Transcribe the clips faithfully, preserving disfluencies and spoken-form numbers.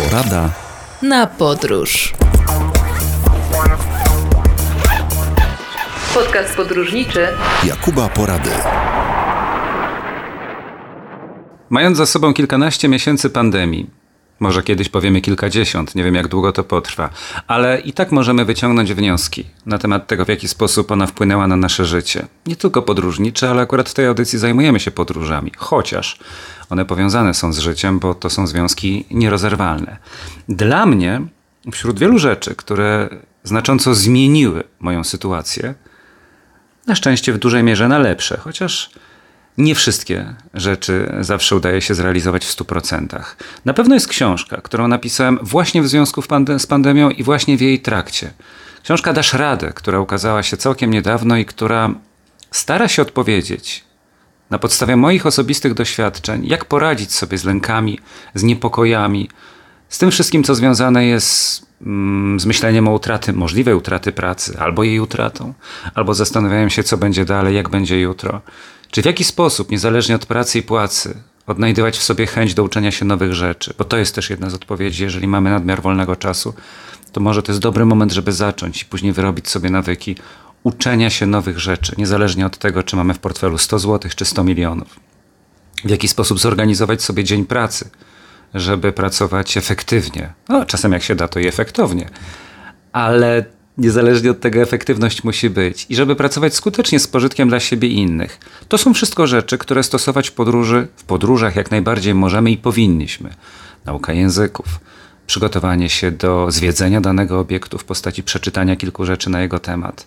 Porada na podróż. Podcast podróżniczy Jakuba Porady. Mając za sobą kilkanaście miesięcy pandemii, może kiedyś powiemy kilkadziesiąt, nie wiem jak długo to potrwa, ale i tak możemy wyciągnąć wnioski na temat tego, w jaki sposób ona wpłynęła na nasze życie. Nie tylko podróżnicze, ale akurat w tej audycji zajmujemy się podróżami, chociaż one powiązane są z życiem, bo to są związki nierozerwalne. Dla mnie, wśród wielu rzeczy, które znacząco zmieniły moją sytuację, na szczęście w dużej mierze na lepsze, chociaż nie wszystkie rzeczy zawsze udaje się zrealizować w stu procentach. Na pewno jest książka, którą napisałem właśnie w związku z pandemią i właśnie w jej trakcie. Książka Dasz radę, która ukazała się całkiem niedawno i która stara się odpowiedzieć na podstawie moich osobistych doświadczeń, jak poradzić sobie z lękami, z niepokojami, z tym wszystkim, co związane jest mm, z myśleniem o utraty, możliwej utraty pracy, albo jej utratą, albo zastanawiałem się, co będzie dalej, jak będzie jutro. Czy w jaki sposób, niezależnie od pracy i płacy, odnajdywać w sobie chęć do uczenia się nowych rzeczy? Bo to jest też jedna z odpowiedzi. Jeżeli mamy nadmiar wolnego czasu, to może to jest dobry moment, żeby zacząć i później wyrobić sobie nawyki uczenia się nowych rzeczy, niezależnie od tego, czy mamy w portfelu sto złotych czy sto milionów. W jaki sposób zorganizować sobie dzień pracy, żeby pracować efektywnie. No, czasem jak się da, to i efektownie. Ale niezależnie od tego efektywność musi być. I żeby pracować skutecznie z pożytkiem dla siebie i innych. To są wszystko rzeczy, które stosować w podróży, w podróżach jak najbardziej możemy i powinniśmy. Nauka języków, przygotowanie się do zwiedzenia danego obiektu w postaci przeczytania kilku rzeczy na jego temat,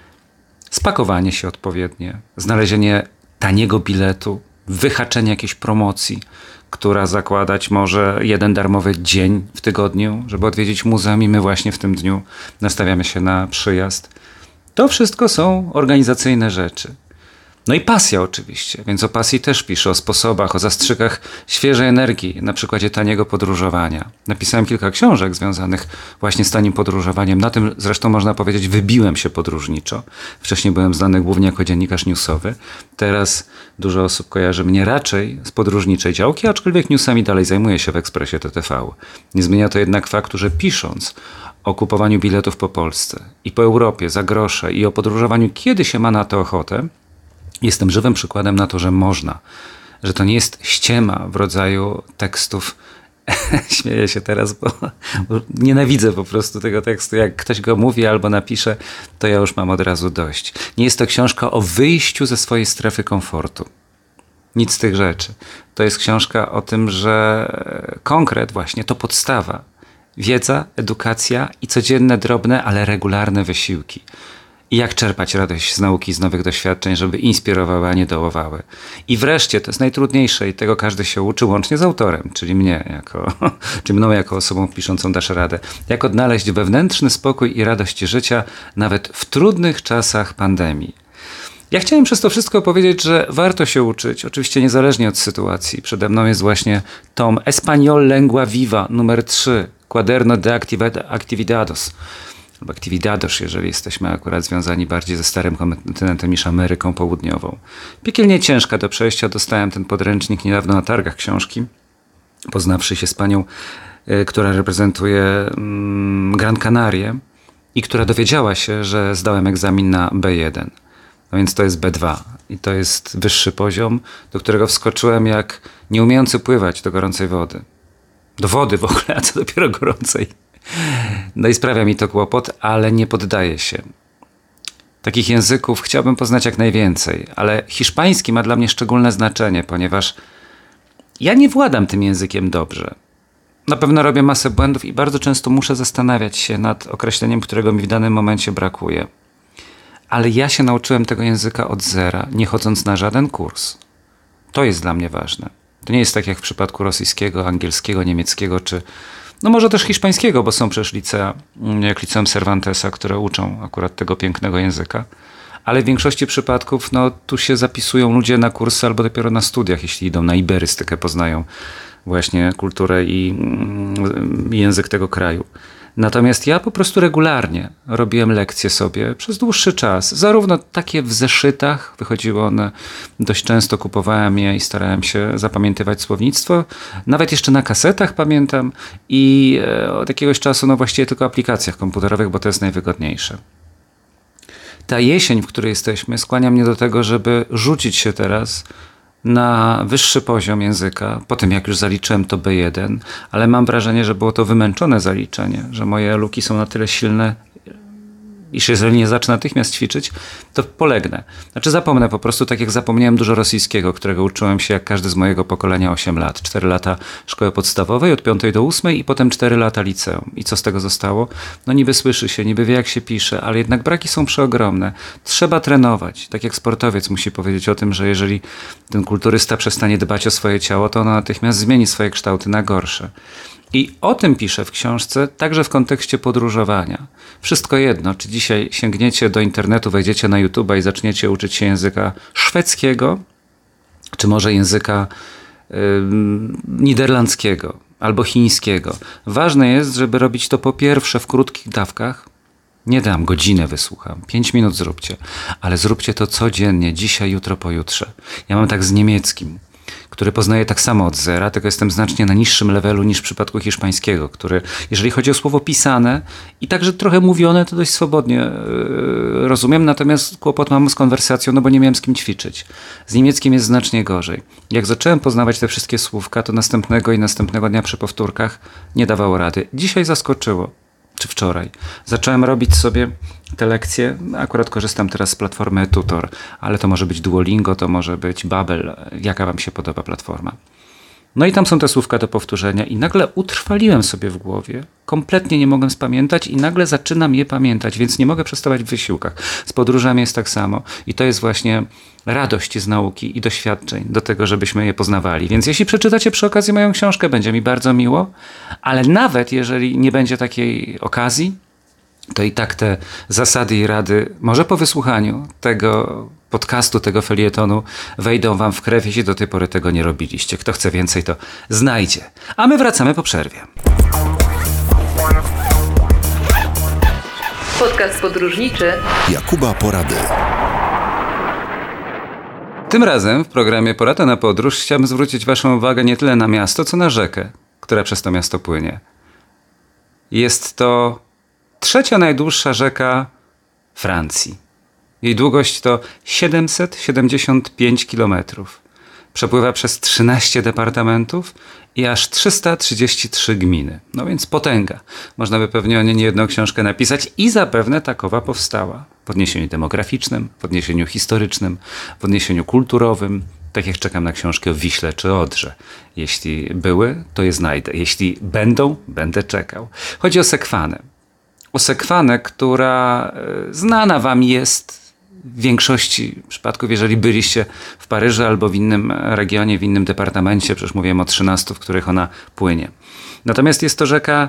spakowanie się odpowiednie, znalezienie taniego biletu, wyhaczenie jakiejś promocji, która zakładać może jeden darmowy dzień w tygodniu, żeby odwiedzić muzeum i my właśnie w tym dniu nastawiamy się na przyjazd. To wszystko są organizacyjne rzeczy. No i pasja oczywiście, więc o pasji też piszę, o sposobach, o zastrzykach świeżej energii, na przykładzie taniego podróżowania. Napisałem kilka książek związanych właśnie z tanim podróżowaniem. Na tym zresztą można powiedzieć wybiłem się podróżniczo. Wcześniej byłem znany głównie jako dziennikarz newsowy. Teraz dużo osób kojarzy mnie raczej z podróżniczej działki, aczkolwiek newsami dalej zajmuję się w Ekspresie T T V. Nie zmienia to jednak faktu, że pisząc o kupowaniu biletów po Polsce i po Europie za grosze i o podróżowaniu, kiedy się ma na to ochotę, jestem żywym przykładem na to, że można, że to nie jest ściema w rodzaju tekstów. Śmieję się teraz, bo, bo nienawidzę po prostu tego tekstu. Jak ktoś go mówi albo napisze, to ja już mam od razu dość. Nie jest to książka o wyjściu ze swojej strefy komfortu. Nic z tych rzeczy. To jest książka o tym, że konkret właśnie to podstawa. Wiedza, edukacja i codzienne, drobne, ale regularne wysiłki. I jak czerpać radość z nauki, z nowych doświadczeń, żeby inspirowały, a nie dołowały. I wreszcie, to jest najtrudniejsze i tego każdy się uczy, łącznie z autorem, czyli mnie, jako, czy mną jako osobą piszącą Dasz radę. Jak odnaleźć wewnętrzny spokój i radość życia nawet w trudnych czasach pandemii. Ja chciałem przez to wszystko powiedzieć, że warto się uczyć, oczywiście niezależnie od sytuacji. Przede mną jest właśnie tom Español Lengua Viva numer trzy, Cuaderno de Actividades. Albo Actividados, jeżeli jesteśmy akurat związani bardziej ze starym kontynentem niż Ameryką Południową. Piekielnie ciężka do przejścia. Dostałem ten podręcznik niedawno na targach książki, poznawszy się z panią, y, która reprezentuje y, Gran Canarię i która dowiedziała się, że zdałem egzamin na B jeden. No więc to jest B dwa i to jest wyższy poziom, do którego wskoczyłem jak nieumiejący pływać do gorącej wody. Do wody w ogóle, a co dopiero gorącej. No i sprawia mi to kłopot, ale nie poddaję się. Takich języków chciałbym poznać jak najwięcej, ale hiszpański ma dla mnie szczególne znaczenie, ponieważ ja nie władam tym językiem dobrze. Na pewno robię masę błędów i bardzo często muszę zastanawiać się nad określeniem, którego mi w danym momencie brakuje. Ale ja się nauczyłem tego języka od zera, nie chodząc na żaden kurs. To jest dla mnie ważne. To nie jest tak jak w przypadku rosyjskiego, angielskiego, niemieckiego czy no może też hiszpańskiego, bo są przecież licea, jak liceum Cervantesa, które uczą akurat tego pięknego języka. Ale w większości przypadków no, tu się zapisują ludzie na kursy albo dopiero na studiach, jeśli idą na iberystykę, poznają właśnie kulturę i język tego kraju. Natomiast ja po prostu regularnie robiłem lekcje sobie przez dłuższy czas. Zarówno takie w zeszytach, wychodziły one dość często, kupowałem je i starałem się zapamiętywać słownictwo. Nawet jeszcze na kasetach pamiętam i od jakiegoś czasu no właściwie tylko aplikacjach komputerowych, bo to jest najwygodniejsze. Ta jesień, w której jesteśmy, skłania mnie do tego, żeby rzucić się teraz na wyższy poziom języka, po tym jak już zaliczyłem to B jeden, ale mam wrażenie, że było to wymęczone zaliczenie, że moje luki są na tyle silne, iż jeżeli nie zacznę natychmiast ćwiczyć, to polegnę. Znaczy zapomnę po prostu, tak jak zapomniałem dużo rosyjskiego, którego uczyłem się jak każdy z mojego pokolenia osiem lat. cztery lata szkoły podstawowej, od piątej do ósmej i potem cztery lata liceum. I co z tego zostało? No niby słyszy się, niby wie jak się pisze, ale jednak braki są przeogromne. Trzeba trenować. Tak jak sportowiec musi powiedzieć o tym, że jeżeli ten kulturysta przestanie dbać o swoje ciało, to ono natychmiast zmieni swoje kształty na gorsze. I o tym piszę w książce, także w kontekście podróżowania. Wszystko jedno, czy dzisiaj sięgniecie do internetu, wejdziecie na YouTube'a i zaczniecie uczyć się języka szwedzkiego, czy może języka yy, niderlandzkiego albo chińskiego. Ważne jest, żeby robić to po pierwsze w krótkich dawkach. Nie dam, godzinę wysłucham, pięć minut zróbcie, ale zróbcie to codziennie, dzisiaj, jutro, pojutrze. Ja mam tak z niemieckim, który poznaję tak samo od zera, tylko jestem znacznie na niższym levelu niż w przypadku hiszpańskiego, który, jeżeli chodzi o słowo pisane i także trochę mówione, to dość swobodnie yy, rozumiem, natomiast kłopot mam z konwersacją, no bo nie miałem z kim ćwiczyć. Z niemieckim jest znacznie gorzej. Jak zacząłem poznawać te wszystkie słówka, to następnego i następnego dnia przy powtórkach nie dawało rady. Dzisiaj zaskoczyło. Czy wczoraj. Zacząłem robić sobie te lekcje. Akurat korzystam teraz z platformy Tutor, ale to może być Duolingo, to może być Babbel. Jaka wam się podoba platforma? No i tam są te słówka do powtórzenia i nagle utrwaliłem sobie w głowie. Kompletnie nie mogłem spamiętać i nagle zaczynam je pamiętać, więc nie mogę przestawać w wysiłkach. Z podróżami jest tak samo i to jest właśnie radość z nauki i doświadczeń do tego, żebyśmy je poznawali. Więc jeśli przeczytacie przy okazji moją książkę, będzie mi bardzo miło, ale nawet jeżeli nie będzie takiej okazji, to i tak te zasady i rady, może po wysłuchaniu tego podcastu, tego felietonu, wejdą wam w krew, jeśli do tej pory tego nie robiliście. Kto chce więcej, to znajdzie. A my wracamy po przerwie. Podcast podróżniczy Jakuba Porady. Tym razem w programie Porada na podróż chciałbym zwrócić waszą uwagę nie tyle na miasto, co na rzekę, która przez to miasto płynie. Jest to trzecia najdłuższa rzeka Francji. Jej długość to siedemset siedemdziesiąt pięć kilometrów. Przepływa przez trzynaście departamentów i aż trzysta trzydzieści trzy gminy. No więc potęga. Można by pewnie o niej niejedną książkę napisać i zapewne takowa powstała. W odniesieniu demograficznym, w odniesieniu historycznym, w odniesieniu kulturowym. Tak jak czekam na książkę o Wiśle czy Odrze. Jeśli były, to je znajdę. Jeśli będą, będę czekał. Chodzi o Sekwanę. O Sekwanę, która znana wam jest w większości przypadków, jeżeli byliście w Paryżu albo w innym regionie, w innym departamencie, przecież mówiłem o trzynastu, w których ona płynie. Natomiast jest to rzeka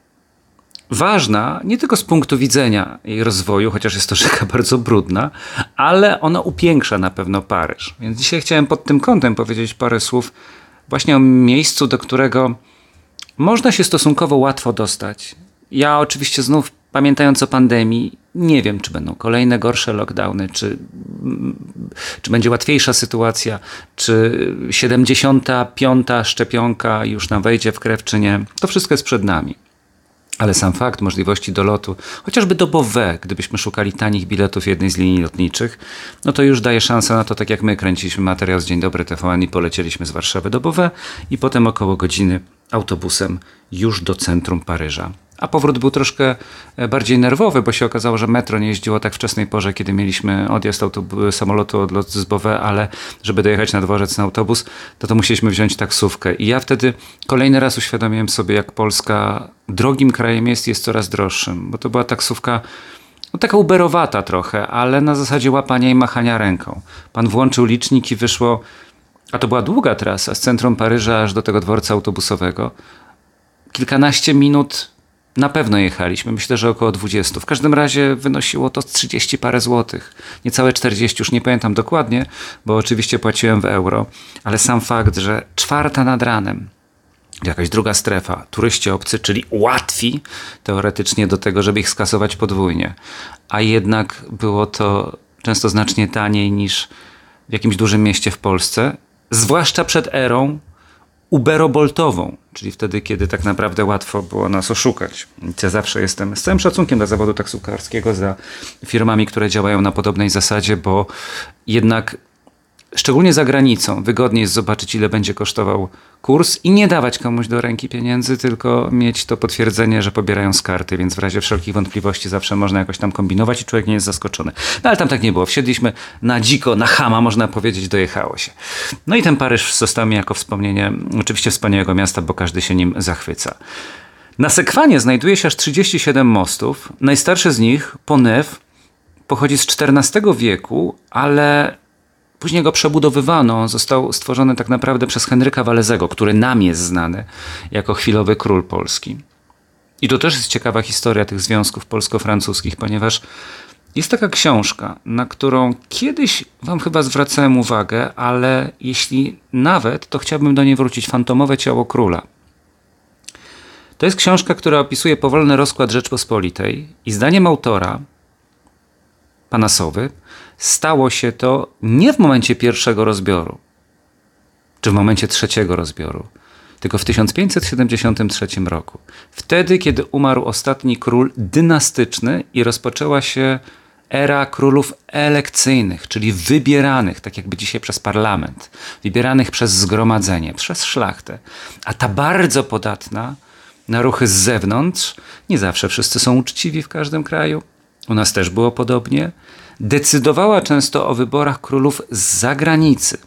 ważna nie tylko z punktu widzenia jej rozwoju, chociaż jest to rzeka bardzo brudna, ale ona upiększa na pewno Paryż. Więc dzisiaj chciałem pod tym kątem powiedzieć parę słów właśnie o miejscu, do którego można się stosunkowo łatwo dostać. Ja oczywiście znów, pamiętając o pandemii, nie wiem, czy będą kolejne gorsze lockdowny, czy, czy będzie łatwiejsza sytuacja, czy siedemdziesiąta piąta szczepionka już nam wejdzie w krew, czy nie. To wszystko jest przed nami. Ale sam fakt możliwości dolotu, chociażby do Beauvais, gdybyśmy szukali tanich biletów jednej z linii lotniczych, no to już daje szansę na to, tak jak my kręciliśmy materiał z Dzień Dobry T V N i polecieliśmy z Warszawy do Beauvais i potem około godziny autobusem już do centrum Paryża. A powrót był troszkę bardziej nerwowy, bo się okazało, że metro nie jeździło tak wczesnej porze, kiedy mieliśmy odjazd autobu- samolotu, odlot z Beauvais, ale żeby dojechać na dworzec na autobus, to to musieliśmy wziąć taksówkę. I ja wtedy kolejny raz uświadomiłem sobie, jak Polska drogim krajem jest, jest coraz droższym, bo to była taksówka no, taka uberowata trochę, ale na zasadzie łapania i machania ręką. Pan włączył licznik i wyszło, a to była długa trasa z centrum Paryża aż do tego dworca autobusowego. Kilkanaście minut na pewno jechaliśmy, myślę, że około dwudziestu. W każdym razie wynosiło to trzydzieści parę złotych. Niecałe czterdzieści, już nie pamiętam dokładnie, bo oczywiście płaciłem w euro, ale sam fakt, że czwarta nad ranem jakaś druga strefa, turyści obcy, czyli łatwi teoretycznie do tego, żeby ich skasować podwójnie. A jednak było to często znacznie taniej niż w jakimś dużym mieście w Polsce, zwłaszcza przed erą uberoboltową, czyli wtedy, kiedy tak naprawdę łatwo było nas oszukać. Ja zawsze jestem z całym szacunkiem dla zawodu taksówkarskiego, za firmami, które działają na podobnej zasadzie, bo jednak szczególnie za granicą wygodniej jest zobaczyć, ile będzie kosztował kurs i nie dawać komuś do ręki pieniędzy, tylko mieć to potwierdzenie, że pobierają z karty, więc w razie wszelkich wątpliwości zawsze można jakoś tam kombinować i człowiek nie jest zaskoczony. No ale tam tak nie było. Wsiedliśmy na dziko, na chama, można powiedzieć, dojechało się. No i ten Paryż został mi jako wspomnienie oczywiście wspaniałego miasta, bo każdy się nim zachwyca. Na Sekwanie znajduje się aż trzydzieści siedem mostów. Najstarszy z nich, Pont-Neuf, pochodzi z czternastego wieku, ale później go przebudowywano. Został stworzony tak naprawdę przez Henryka Walezego, który nam jest znany jako chwilowy król Polski. I to też jest ciekawa historia tych związków polsko-francuskich, ponieważ jest taka książka, na którą kiedyś wam chyba zwracałem uwagę, ale jeśli nawet, to chciałbym do niej wrócić. Fantomowe ciało króla. To jest książka, która opisuje powolny rozkład Rzeczpospolitej i zdaniem autora, pana Sowy, stało się to nie w momencie pierwszego rozbioru, czy w momencie trzeciego rozbioru, tylko w tysiąc pięćset siedemdziesiątym trzecim roku. Wtedy, kiedy umarł ostatni król dynastyczny i rozpoczęła się era królów elekcyjnych, czyli wybieranych, tak jakby dzisiaj przez parlament, wybieranych przez zgromadzenie, przez szlachtę. A ta bardzo podatna na ruchy z zewnątrz, nie zawsze wszyscy są uczciwi w każdym kraju, u nas też było podobnie, decydowała często o wyborach królów z zagranicy.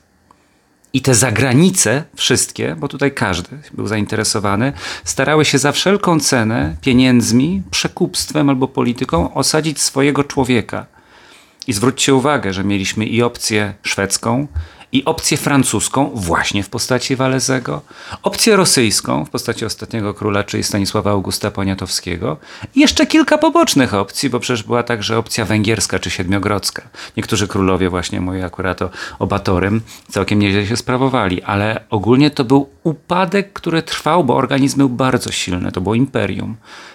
I te zagranice, wszystkie, bo tutaj każdy był zainteresowany, starały się za wszelką cenę pieniędzmi, przekupstwem albo polityką osadzić swojego człowieka. I zwróćcie uwagę, że mieliśmy i opcję szwedzką, i opcję francuską właśnie w postaci Walezego, opcję rosyjską w postaci ostatniego króla, czyli Stanisława Augusta Poniatowskiego i jeszcze kilka pobocznych opcji, bo przecież była także opcja węgierska czy siedmiogrodzka. Niektórzy królowie, właśnie mówię akurat o, o Batorym, całkiem nieźle się sprawowali, ale ogólnie to był upadek, który trwał, bo organizm był bardzo silny, to było imperium.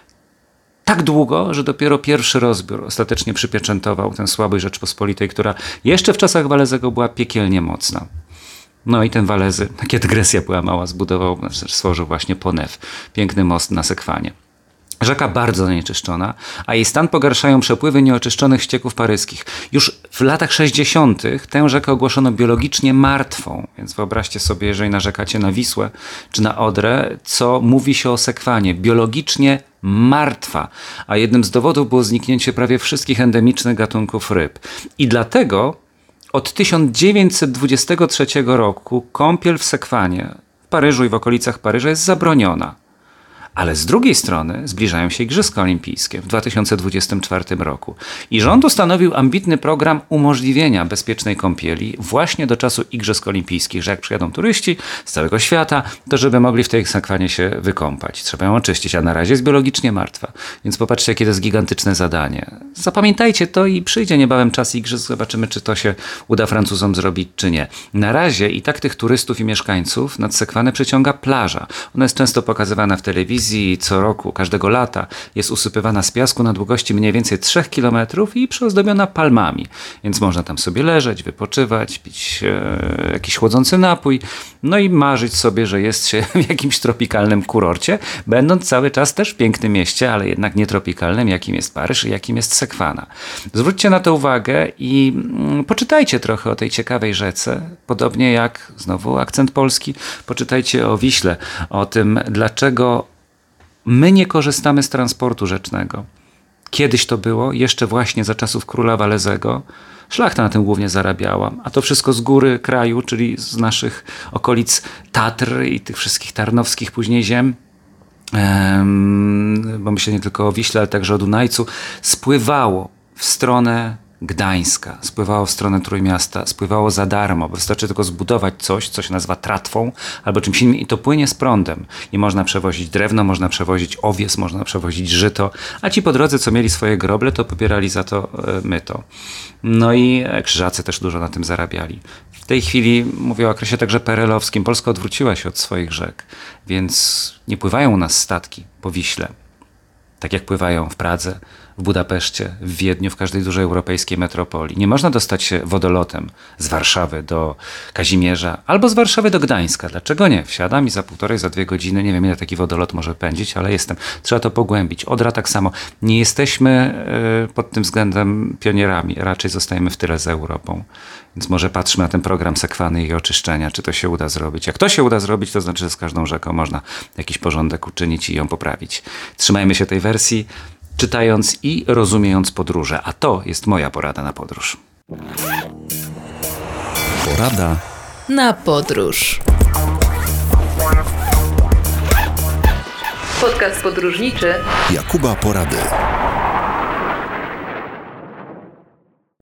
Tak długo, że dopiero pierwszy rozbiór ostatecznie przypieczętował tę słabość Rzeczpospolitej, która jeszcze w czasach Walezego była piekielnie mocna. No i ten Walezy, takie dygresja była mała, zbudował, znaczy stworzył właśnie Pont-Neuf, piękny most na Sekwanie. Rzeka bardzo zanieczyszczona, a jej stan pogarszają przepływy nieoczyszczonych ścieków paryskich. Już w latach sześćdziesiątych tę rzekę ogłoszono biologicznie martwą, więc wyobraźcie sobie, jeżeli narzekacie na Wisłę czy na Odrę, co mówi się o Sekwanie. Biologicznie martwa, a jednym z dowodów było zniknięcie prawie wszystkich endemicznych gatunków ryb. I dlatego od tysiąc dziewięćset dwudziestego trzeciego roku kąpiel w Sekwanie, w Paryżu i w okolicach Paryża jest zabroniona. Ale z drugiej strony zbliżają się Igrzyska Olimpijskie w dwa tysiące dwudziestym czwartym roku. I rząd ustanowił ambitny program umożliwienia bezpiecznej kąpieli właśnie do czasu Igrzysk Olimpijskich, że jak przyjadą turyści z całego świata, to żeby mogli w tej Sekwanie się wykąpać. Trzeba ją oczyścić, a na razie jest biologicznie martwa. Więc popatrzcie, jakie to jest gigantyczne zadanie. Zapamiętajcie to i przyjdzie niebawem czas Igrzysk, zobaczymy, czy to się uda Francuzom zrobić, czy nie. Na razie i tak tych turystów i mieszkańców nad Sekwanę przyciąga plaża. Ona jest często pokazywana w telewizji, co roku, każdego lata jest usypywana z piasku na długości mniej więcej trzech kilometrów i przyozdobiona palmami. Więc można tam sobie leżeć, wypoczywać, pić e, jakiś chłodzący napój, no i marzyć sobie, że jest się w jakimś tropikalnym kurorcie, będąc cały czas też w pięknym mieście, ale jednak nie tropikalnym, jakim jest Paryż i jakim jest Sekwana. Zwróćcie na to uwagę i mm, poczytajcie trochę o tej ciekawej rzece, podobnie jak, znowu akcent polski, poczytajcie o Wiśle, o tym, dlaczego my nie korzystamy z transportu rzecznego. Kiedyś to było, jeszcze właśnie za czasów króla Walezego. Szlachta na tym głównie zarabiała, a to wszystko z góry kraju, czyli z naszych okolic Tatr i tych wszystkich tarnowskich później ziem, bo myślę nie tylko o Wiśle, ale także o Dunajcu, spływało w stronę Gdańska, spływało w stronę Trójmiasta, spływało za darmo, bo wystarczy tylko zbudować coś, co się nazywa tratwą albo czymś innym i to płynie z prądem. I można przewozić drewno, można przewozić owies, można przewozić żyto, a ci po drodze, co mieli swoje groble, to pobierali za to e, myto. No i krzyżacy też dużo na tym zarabiali. W tej chwili, mówię o okresie także perelowskim, Polska odwróciła się od swoich rzek, więc nie pływają u nas statki po Wiśle. Tak jak pływają w Pradze, w Budapeszcie, w Wiedniu, w każdej dużej europejskiej metropolii. Nie można dostać się wodolotem z Warszawy do Kazimierza albo z Warszawy do Gdańska. Dlaczego nie? Wsiadam i za półtorej, za dwie godziny, nie wiem ile taki wodolot może pędzić, ale jestem. Trzeba to pogłębić. Odra tak samo. Nie jesteśmy y, pod tym względem pionierami. Raczej zostajemy w tyle z Europą. Więc może patrzmy na ten program sekwany i oczyszczenia, czy to się uda zrobić. Jak to się uda zrobić, to znaczy, że z każdą rzeką można jakiś porządek uczynić i ją poprawić. Trzymajmy się tej wersji, czytając i rozumiejąc podróże. A to jest moja porada na podróż. Porada na podróż. Podcast podróżniczy Jakuba Porady.